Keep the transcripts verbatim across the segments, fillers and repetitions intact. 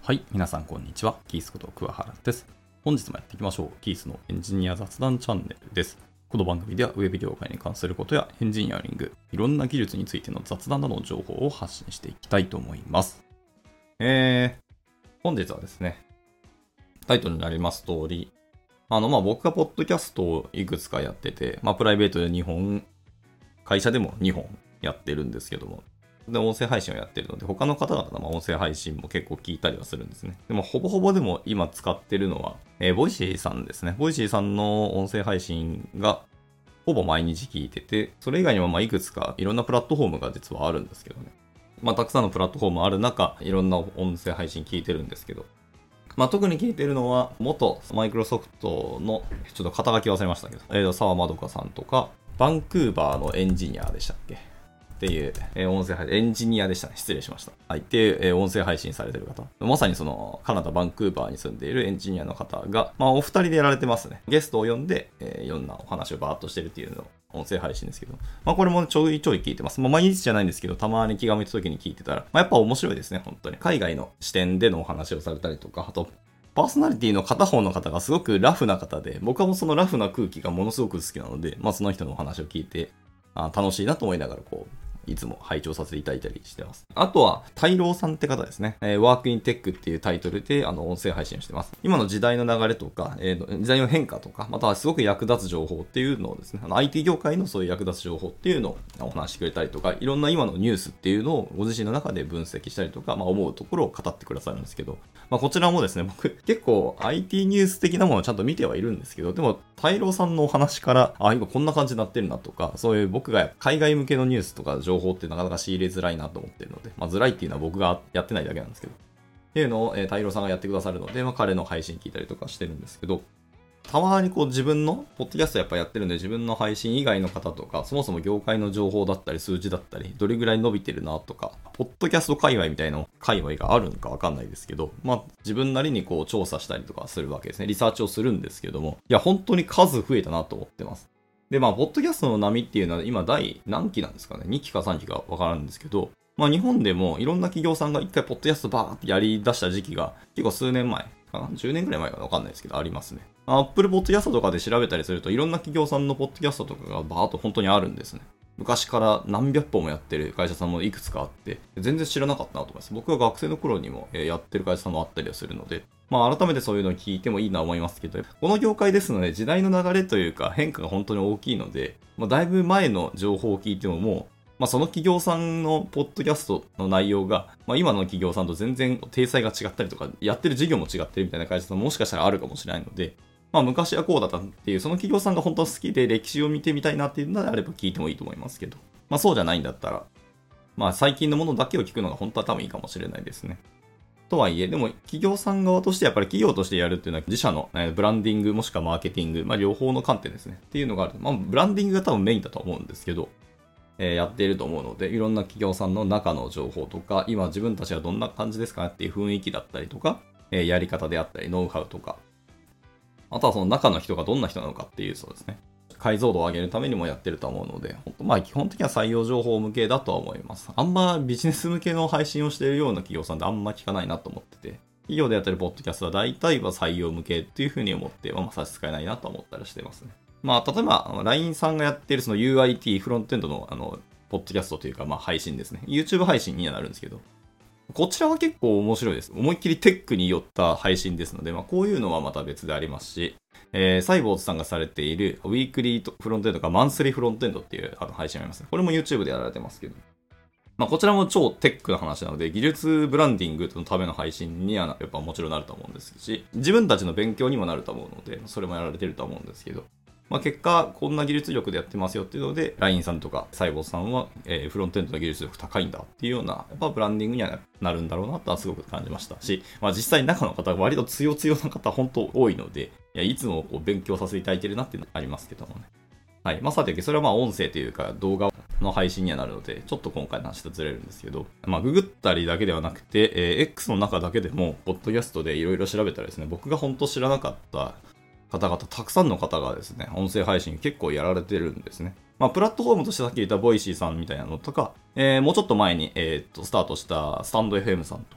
はい、皆さんこんにちは。キースこと桑原です。本日もやっていきましょう。キースのエンジニア雑談チャンネルです。この番組ではウェブ業界に関することやエンジニアリング、いろんな技術についての雑談などの情報を発信していきたいと思います。えー、本日はですね、タイトルになります通り、あの、まあ、僕がポッドキャストをいくつかやってて、まあ、プライベートでにほん、会社でもにほんやってるんですけども、で、音声配信をやってるので、他の方々の音声配信も結構聞いたりはするんですね。でも、ほぼほぼでも今使ってるのは、えー、ボイシーさんですね。ボイシーさんの音声配信が、ほぼ毎日聞いてて、それ以外にもまあいくつかいろんなプラットフォームが実はあるんですけどね。まあ、たくさんのプラットフォームある中、いろんな音声配信聞いてるんですけど、まあ、特に聞いてるのは、元マイクロソフトの、ちょっと肩書き忘れましたけど、えー、沢まどかさんとか、バンクーバーのエンジニアでしたっけっていう、えー、音声配信、エンジニアでしたね。失礼しました。はい。っていう、えー、音声配信されてる方。まさにその、カナダ、バンクーバーに住んでいるエンジニアの方が、まあ、お二人でやられてますね。ゲストを呼んで、えー、いろんなお話をバーっとしてるっていうの音声配信ですけど。まあ、これもちょいちょい聞いてます。まあ、毎日じゃないんですけど、たまに気が向いた時に聞いてたら、まあ、やっぱ面白いですね、本当に。海外の視点でのお話をされたりとか、あと、パーソナリティの片方の方がすごくラフな方で、僕はもうそのラフな空気がものすごく好きなので、まあ、その人のお話を聞いて、あ楽しいなと思いながら、こう、いつも拝聴させていただいたりしてます。あとは、大郎さんって方ですね。えー、ワークインテックっていうタイトルで、あの、音声配信をしてます。今の時代の流れとか、えー、時代の変化とか、またはすごく役立つ情報っていうのをですね、あの、アイティー 業界のそういう役立つ情報っていうのをお話してくれたりとか、いろんな今のニュースっていうのをご自身の中で分析したりとか、まあ、思うところを語ってくださるんですけど、まあ、こちらもですね、僕、結構 アイティー ニュース的なものをちゃんと見てはいるんですけど、でも、大郎さんのお話から、あ、今こんな感じになってるなとか、そういう僕が海外向けのニュースとか情報ってなかなか仕入れづらいなと思ってるので、まあ、づらいっていうのは僕がやってないだけなんですけど、っていうのを、えー、大郎さんがやってくださるので、まあ、彼の配信聞いたりとかしてるんですけど、たまにこう自分の、ポッドキャストやっぱやってるんで、自分の配信以外の方とか、そもそも業界の情報だったり、数字だったり、どれぐらい伸びてるなとか、ポッドキャスト界隈みたいな界隈があるのかわかんないですけど、まあ自分なりにこう調査したりとかするわけですね。リサーチをするんですけども、いや本当に数増えたなと思ってます。で、まあ、ポッドキャストの波っていうのは今第何期なんですかね ?に 期かさんきかわからんんですけど、まあ日本でもいろんな企業さんが一回ポッドキャストバーってやり出した時期が結構数年前かな ?じゅうねんくらい前かわかんないですけど、ありますね。Apple Podcast とかで調べたりするといろんな企業さんのポッドキャストとかがバーっと本当にあるんですね。昔から何百本もやってる会社さんもいくつかあって、全然知らなかったなと思います。僕が学生の頃にもやってる会社さんもあったりはするので、まあ改めてそういうのを聞いてもいいなと思いますけど、この業界ですので時代の流れというか変化が本当に大きいので、まあ、だいぶ前の情報を聞いてももう、まあ、その企業さんのポッドキャストの内容が、まあ、今の企業さんと全然体裁が違ったりとか、やってる事業も違ってるみたいな会社さんももしかしたらあるかもしれないので、まあ昔はこうだったっていう、その企業さんが本当は好きで歴史を見てみたいなっていうのであれば聞いてもいいと思いますけど、まあそうじゃないんだったら、まあ最近のものだけを聞くのが本当は多分いいかもしれないですね。とはいえ、でも企業さん側としてやっぱり企業としてやるっていうのは自社のブランディングもしくはマーケティング、まあ両方の観点ですね。っていうのがある。まあブランディングが多分メインだと思うんですけど、えー、やっていると思うので、いろんな企業さんの中の情報とか、今自分たちはどんな感じですかっていう雰囲気だったりとか、えー、やり方であったり、ノウハウとか、あとはその中の人がどんな人なのかっていうそうですね。解像度を上げるためにもやってると思うので、本当まあ基本的には採用情報向けだとは思います。あんまビジネス向けの配信をしているような企業さんってあんま聞かないなと思ってて、企業でやってるポッドキャストは大体は採用向けっていう風に思って、まあ差し支えないなと思ったりしてますね。まあ例えば ライン さんがやってるその ユーアイティー フロントエンドのあの、ポッドキャストというかまあ配信ですね。YouTube 配信にはなるんですけど、こちらは結構面白いです。思いっきりテックに寄った配信ですので、まあこういうのはまた別でありますし、えー、サイボーズさんがされているウィークリーフロントエンドかマンスリーフロントエンドっていうあの配信がありますね。これも YouTube でやられてますけど。まあこちらも超テックな話なので、技術ブランディングのための配信にはやっぱもちろんなると思うんですし、自分たちの勉強にもなると思うので、それもやられてると思うんですけど、まあ結果、こんな技術力でやってますよっていうので、ライン さんとかサイボーズさんは、えー、フロントエンドの技術力高いんだっていうような、やっぱブランディングにはなるんだろうなとはすごく感じましたし、まあ実際中の方、割と強強な方本当多いので、いやいつもこう勉強させていただいてるなっていうのがありますけどもね。はい。まあさておき、それはまあ音声というか動画の配信にはなるので、ちょっと今回の話とずれるんですけど、まあググったりだけではなくて、えー、X の中だけでも、ポッドキャストでいろいろ調べたらですね、僕が本当知らなかった方々、たくさんの方がですね、音声配信結構やられてるんですね。まあ、プラットフォームとしてさっき言ったボイシーさんみたいなのとか、えー、もうちょっと前に、えー、っと、スタートしたスタンド エフエム さんとか、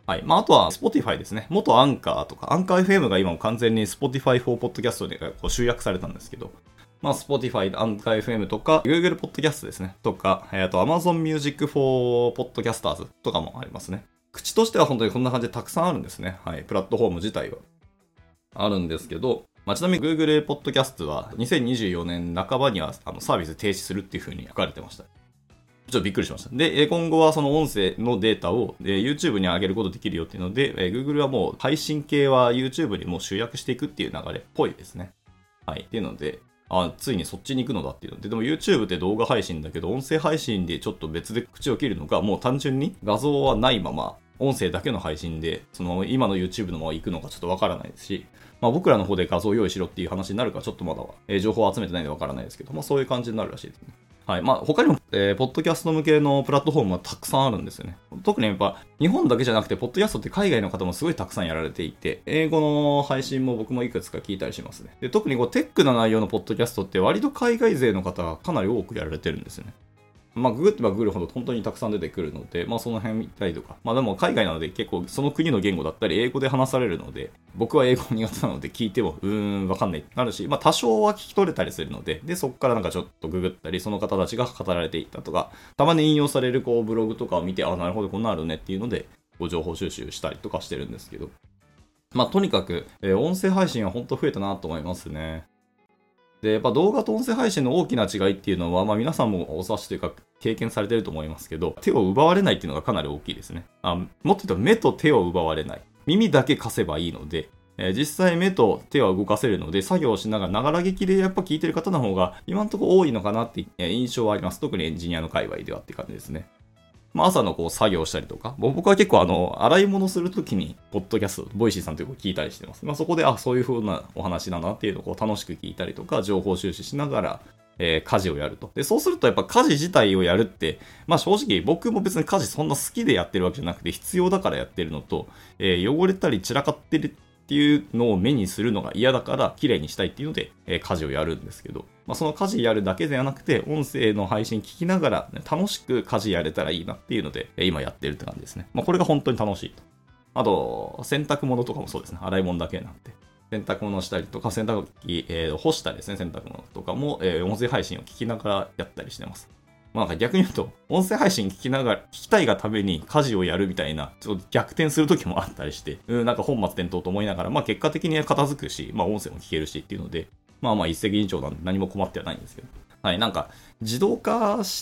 はい。まあ、あとは Spotify ですね。元アンカーとか、アンカー エフエム が今も完全に Spotify for Podcast でこう集約されたんですけど、まあ、Spotify、アンカー エフエム とか、Google Podcast ですね。とか、えっと、Amazon Music for Podcasters とかもありますね。口としては本当にこんな感じでたくさんあるんですね。はい。プラットフォーム自体は。あるんですけど、まあ、ちなみに Google Podcast はにせんにじゅうよねん半ばにはあのサービス停止するっていう風に書かれてました。ちょっとびっくりしました。で、今後はその音声のデータを YouTube に上げることできるよっていうので、Google はもう配信系は YouTube にもう集約していくっていう流れっぽいですね。はい。っていうので、あ、ついにそっちに行くのだっていうので、でも YouTube って動画配信だけど、音声配信でちょっと別で口を切るのが、もう単純に画像はないまま、音声だけの配信で、その今の YouTube のまま行くのかちょっとわからないですし、まあ僕らの方で画像を用意しろっていう話になるかちょっとまだは、えー、情報を集めてないんでわからないですけど、まあそういう感じになるらしいですね。はい。まあ、他にも、えー、ポッドキャスト向けのプラットフォームはたくさんあるんですよね。特にやっぱ、日本だけじゃなくて、ポッドキャストって海外の方もすごいたくさんやられていて、英語の配信も僕もいくつか聞いたりしますね。で、特にこう、テックな内容のポッドキャストって割と海外勢の方がかなり多くやられてるんですよね。まあ、ググってばググるほど本当にたくさん出てくるので、まあ、その辺見たりとか。まあ、でも海外なので結構その国の言語だったり英語で話されるので、僕は英語苦手なので聞いても、うーん、わかんないってなるし、まあ、多少は聞き取れたりするので、で、そこからなんかちょっとググったり、その方たちが語られていったとか、たまに引用されるこうブログとかを見て、あ、なるほど、こんなのあるねっていうので、こう情報収集したりとかしてるんですけど。まあ、とにかく、えー、音声配信は本当増えたなと思いますね。で、やっぱ動画と音声配信の大きな違いっていうのは、まあ皆さんもお察しというか経験されてると思いますけど、手を奪われないっていうのがかなり大きいですね。あ、もっと言うと目と手を奪われない。耳だけ貸せばいいので、えー、実際目と手は動かせるので、作業をしながら、ながら聞きでやっぱ聞いてる方の方が今のところ多いのかなって印象はあります。特にエンジニアの界隈ではって感じですね。まあ、朝のこう作業したりとか、僕は結構あの、洗い物するときに、ポッドキャスト、ボイシーさんというのを聞いたりしてます。まあ、そこで、あ、そういう風なお話なんだなっていうのをこう楽しく聞いたりとか、情報収集しながら、えー、家事をやると。で、そうするとやっぱ家事自体をやるって、まあ正直僕も別に家事そんな好きでやってるわけじゃなくて、必要だからやってるのと、えー、汚れたり散らかってるっていうのを目にするのが嫌だから綺麗にしたいっていうので、えー、家事をやるんですけど、まあ、その家事やるだけではなくて、音声の配信聞きながら、ね、楽しく家事やれたらいいなっていうので、えー、今やってるって感じですね。まあ、これが本当に楽しいと。あと、洗濯物とかもそうですね。洗い物だけなんて。洗濯物したりとか、洗濯機、えー、干したりですね、洗濯物とかも、えー、音声配信を聞きながらやったりしてます。まあ、なんか逆に言うと、音声配信聞きながら、聞きたいがために家事をやるみたいな、ちょっと逆転する時もあったりして、うん、なんか本末転倒と思いながら、まあ結果的に片付くし、まあ音声も聞けるしっていうので、まあまあ一石二鳥なんで何も困ってはないんですけど。はい、なんか自動化して、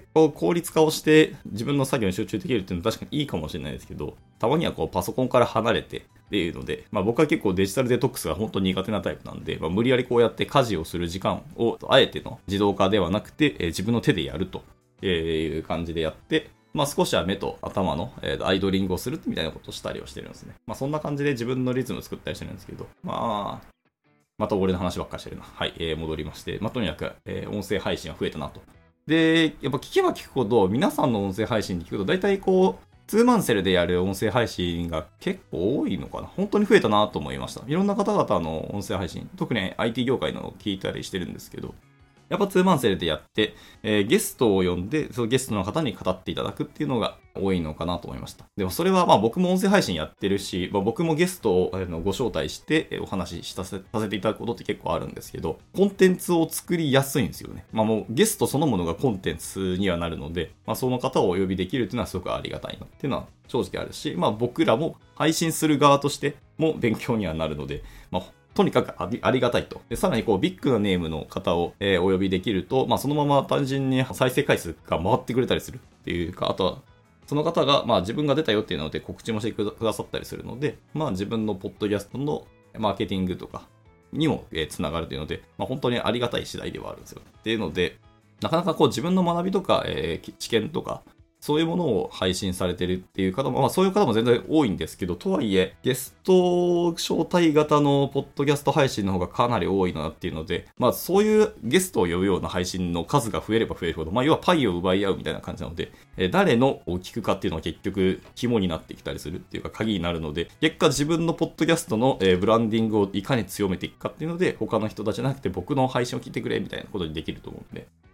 こう効率化をして自分の作業に集中できるっていうのは確かにいいかもしれないですけど、たまにはこうパソコンから離れてっていうので、まあ僕は結構デジタルデトックスが本当に苦手なタイプなんで、まあ、無理やりこうやって家事をする時間を、あえての自動化ではなくて、えー、自分の手でやるという感じでやって、まあ少しは目と頭の、えー、アイドリングをするみたいなことをしたりをしてるんですね。まあそんな感じで自分のリズムを作ったりしてるんですけど、まあ、また俺の話ばっかりしてるな。はい、えー、戻りまして。まあ、とにかく、えー、音声配信は増えたなと。で、やっぱ聞けば聞くほど、皆さんの音声配信に聞くと、大体こう、ツーマンセルでやる音声配信が結構多いのかな。本当に増えたなと思いました。いろんな方々の音声配信、特に アイティー 業界の聞いたりしてるんですけど、やっぱツーマンセルでやって、えー、ゲストを呼んで、そのゲストの方に語っていただくっていうのが多いのかなと思いました。でもそれはまあ僕も音声配信やってるし、まあ、僕もゲストをご招待してお話しさせていただくことって結構あるんですけど、コンテンツを作りやすいんですよね。まあもうゲストそのものがコンテンツにはなるので、まあその方をお呼びできるっていうのはすごくありがたいなっていうのは正直あるし、まあ僕らも配信する側としても勉強にはなるので、まあとにかくあり、ありがたいと。で、さらにこう、ビッグなネームの方を、えー、お呼びできると、まあ、そのまま単純に再生回数が回ってくれたりするっていうか、あとは、その方が、まあ、自分が出たよっていうので告知もしてくださったりするので、まあ、自分のポッドキャストのマーケティングとかにも、えー、つながるというので、まあ、本当にありがたい次第ではあるんですよ。っていうので、なかなかこう、自分の学びとか、えー、知見とか、そういうものを配信されてるっていう方も、まあそういう方も全然多いんですけど、とはいえ、ゲスト招待型のポッドキャスト配信の方がかなり多いなっていうので、まあそういうゲストを呼ぶような配信の数が増えれば増えるほど、まあ要はパイを奪い合うみたいな感じなので、え誰のを聞くかっていうのは結局肝になってきたりするっていうか鍵になるので、結果自分のポッドキャストのブランディングをいかに強めていくかっていうので、他の人たちじゃなくて僕の配信を聞いてくれみたいなことにできると思うんで、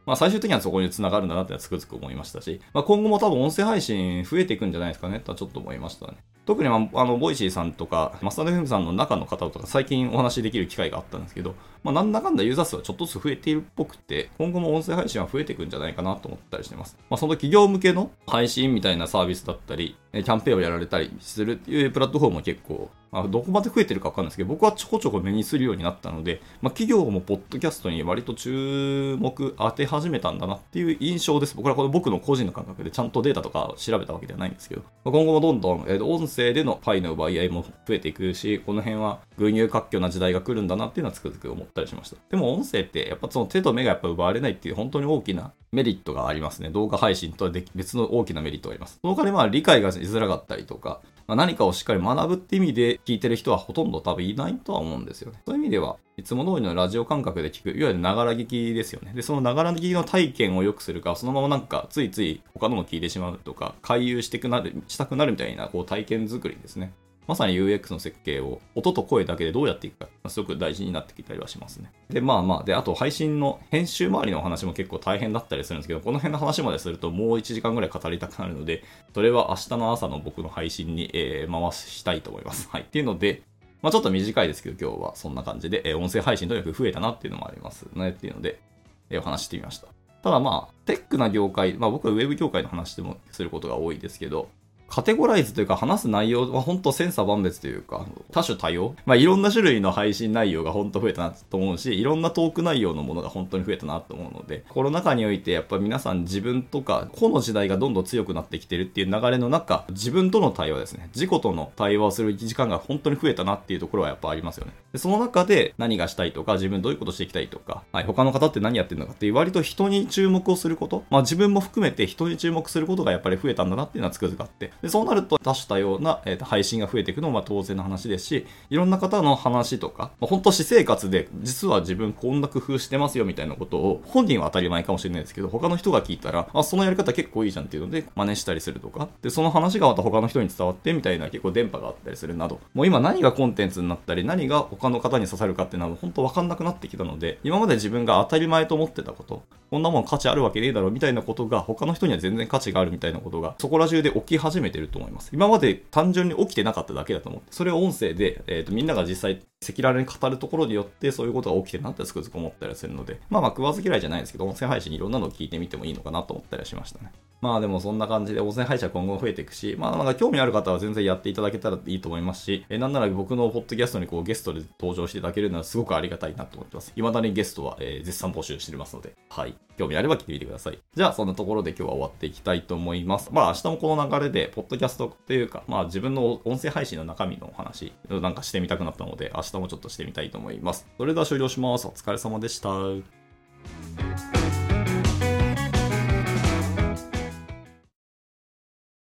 まあ最終的にはそこに繋がるんだなってつくづく思いましたし、まあ今後も多分音声配信増えていくんじゃないですかねとはちょっと思いましたね。特に、まあ、あの、ボイシーさんとか、マスター エフエム さんの中の方とか最近お話しできる機会があったんですけど、まあなんだかんだユーザー数はちょっとずつ増えているっぽくて、今後も音声配信は増えていくんじゃないかなと思ったりしてます。まあその企業向けの配信みたいなサービスだったり、キャンペーンをやられたりするっていうプラットフォームも結構、まあ、どこまで増えてるかわかんないですけど、僕はちょこちょこ目にするようになったので、まあ、企業もポッドキャストに割と注目当て始めたんだなっていう印象です。僕はこれ僕の個人の感覚でちゃんとデータとか調べたわけではないんですけど、まあ、今後もどんどん、えー、音声でのパイの奪い合いも増えていくし、この辺は群雄割拠な時代が来るんだなっていうのはつくづく思ったりしました。でも音声ってやっぱその手と目がやっぱ奪われないっていう本当に大きなメリットがありますね。動画配信とは別の大きなメリットがあります。その代わりまあ理解がしづらかったりとか、まあ、何かをしっかり学ぶって意味で聞いてる人はほとんど多分いないとは思うんですよね。そういう意味ではいつも通りのラジオ感覚で聞く、いわゆるながら聞きですよね。で、そのながら聞きの体験を良くするか、そのままなんかついつい他のも聞いてしまうとか、回遊してくなる、したくなるみたいなこう体験作りですね。まさに ユーエックス の設計を音と声だけでどうやっていくか、すごく大事になってきたりはしますね。で、まあまあ、で、あと配信の編集周りの話も結構大変だったりするんですけど、この辺の話までするともういちじかんぐらい語りたくなるので、それは明日の朝の僕の配信に、えー、回したいと思います。はい。っていうので、まあちょっと短いですけど、今日はそんな感じで、えー、音声配信とにかく増えたなっていうのもありますね。っていうので、えー、お話してみました。ただまあ、テックな業界、まあ僕はウェブ業界の話でもすることが多いですけど、カテゴライズというか話す内容は本当千差万別というか、多種多様。まあいろんな種類の配信内容が本当増えたなと思うし、いろんなトーク内容のものが本当に増えたなと思うので、コロナ禍においてやっぱ皆さん自分とか、個の時代がどんどん強くなってきてるっていう流れの中、自分との対話ですね。自己との対話をする時間が本当に増えたなっていうところはやっぱありますよね。でその中で何がしたいとか、自分どういうことしていきたいとか、はい、他の方って何やってるのかっていう割と人に注目をすること、まあ自分も含めて人に注目することがやっぱり増えたんだなっていうのはつくづくあって、でそうなると多種多様な、えー、と配信が増えていくのもまあ当然の話ですし、いろんな方の話とか、まあ、本当私生活で実は自分こんな工夫してますよみたいなことを本人は当たり前かもしれないですけど、他の人が聞いたら、あ、そのやり方結構いいじゃんっていうので真似したりするとか、で、その話がまた他の人に伝わってみたいな結構電波があったりするなど、もう今何がコンテンツになったり、何が他の方に刺さるかっていうのは本当わかんなくなってきたので、今まで自分が当たり前と思ってたこと、こんなもん価値あるわけねえだろみたいなことが他の人には全然価値があるみたいなことがそこら中で起き始めてると思います。今まで単純に起きてなかっただけだと思って、それを音声で、えーと、みんなが実際赤裸々に語るところによってそういうことが起きてるなってつくづく思ったりするので、まあまあ食わず嫌いじゃないですけど、音声配信いろんなのを聞いてみてもいいのかなと思ったりしましたね。まあでもそんな感じで音声配信は今後増えていくし、まあなんか興味ある方は全然やっていただけたらいいと思いますし、えなんなら僕のポッドキャストにこうゲストで登場していただけるのはすごくありがたいなと思ってます。未だにゲストは、えー、絶賛募集してますので、はい。興味あれば来てみてください。じゃあそんなところで今日は終わっていきたいと思います。まあ明日もこの流れで、ポッドキャストっていうか、まあ自分の音声配信の中身のお話、なんかしてみたくなったので、明日もちょっとしてみたいと思います。それでは終了します。お疲れ様でした。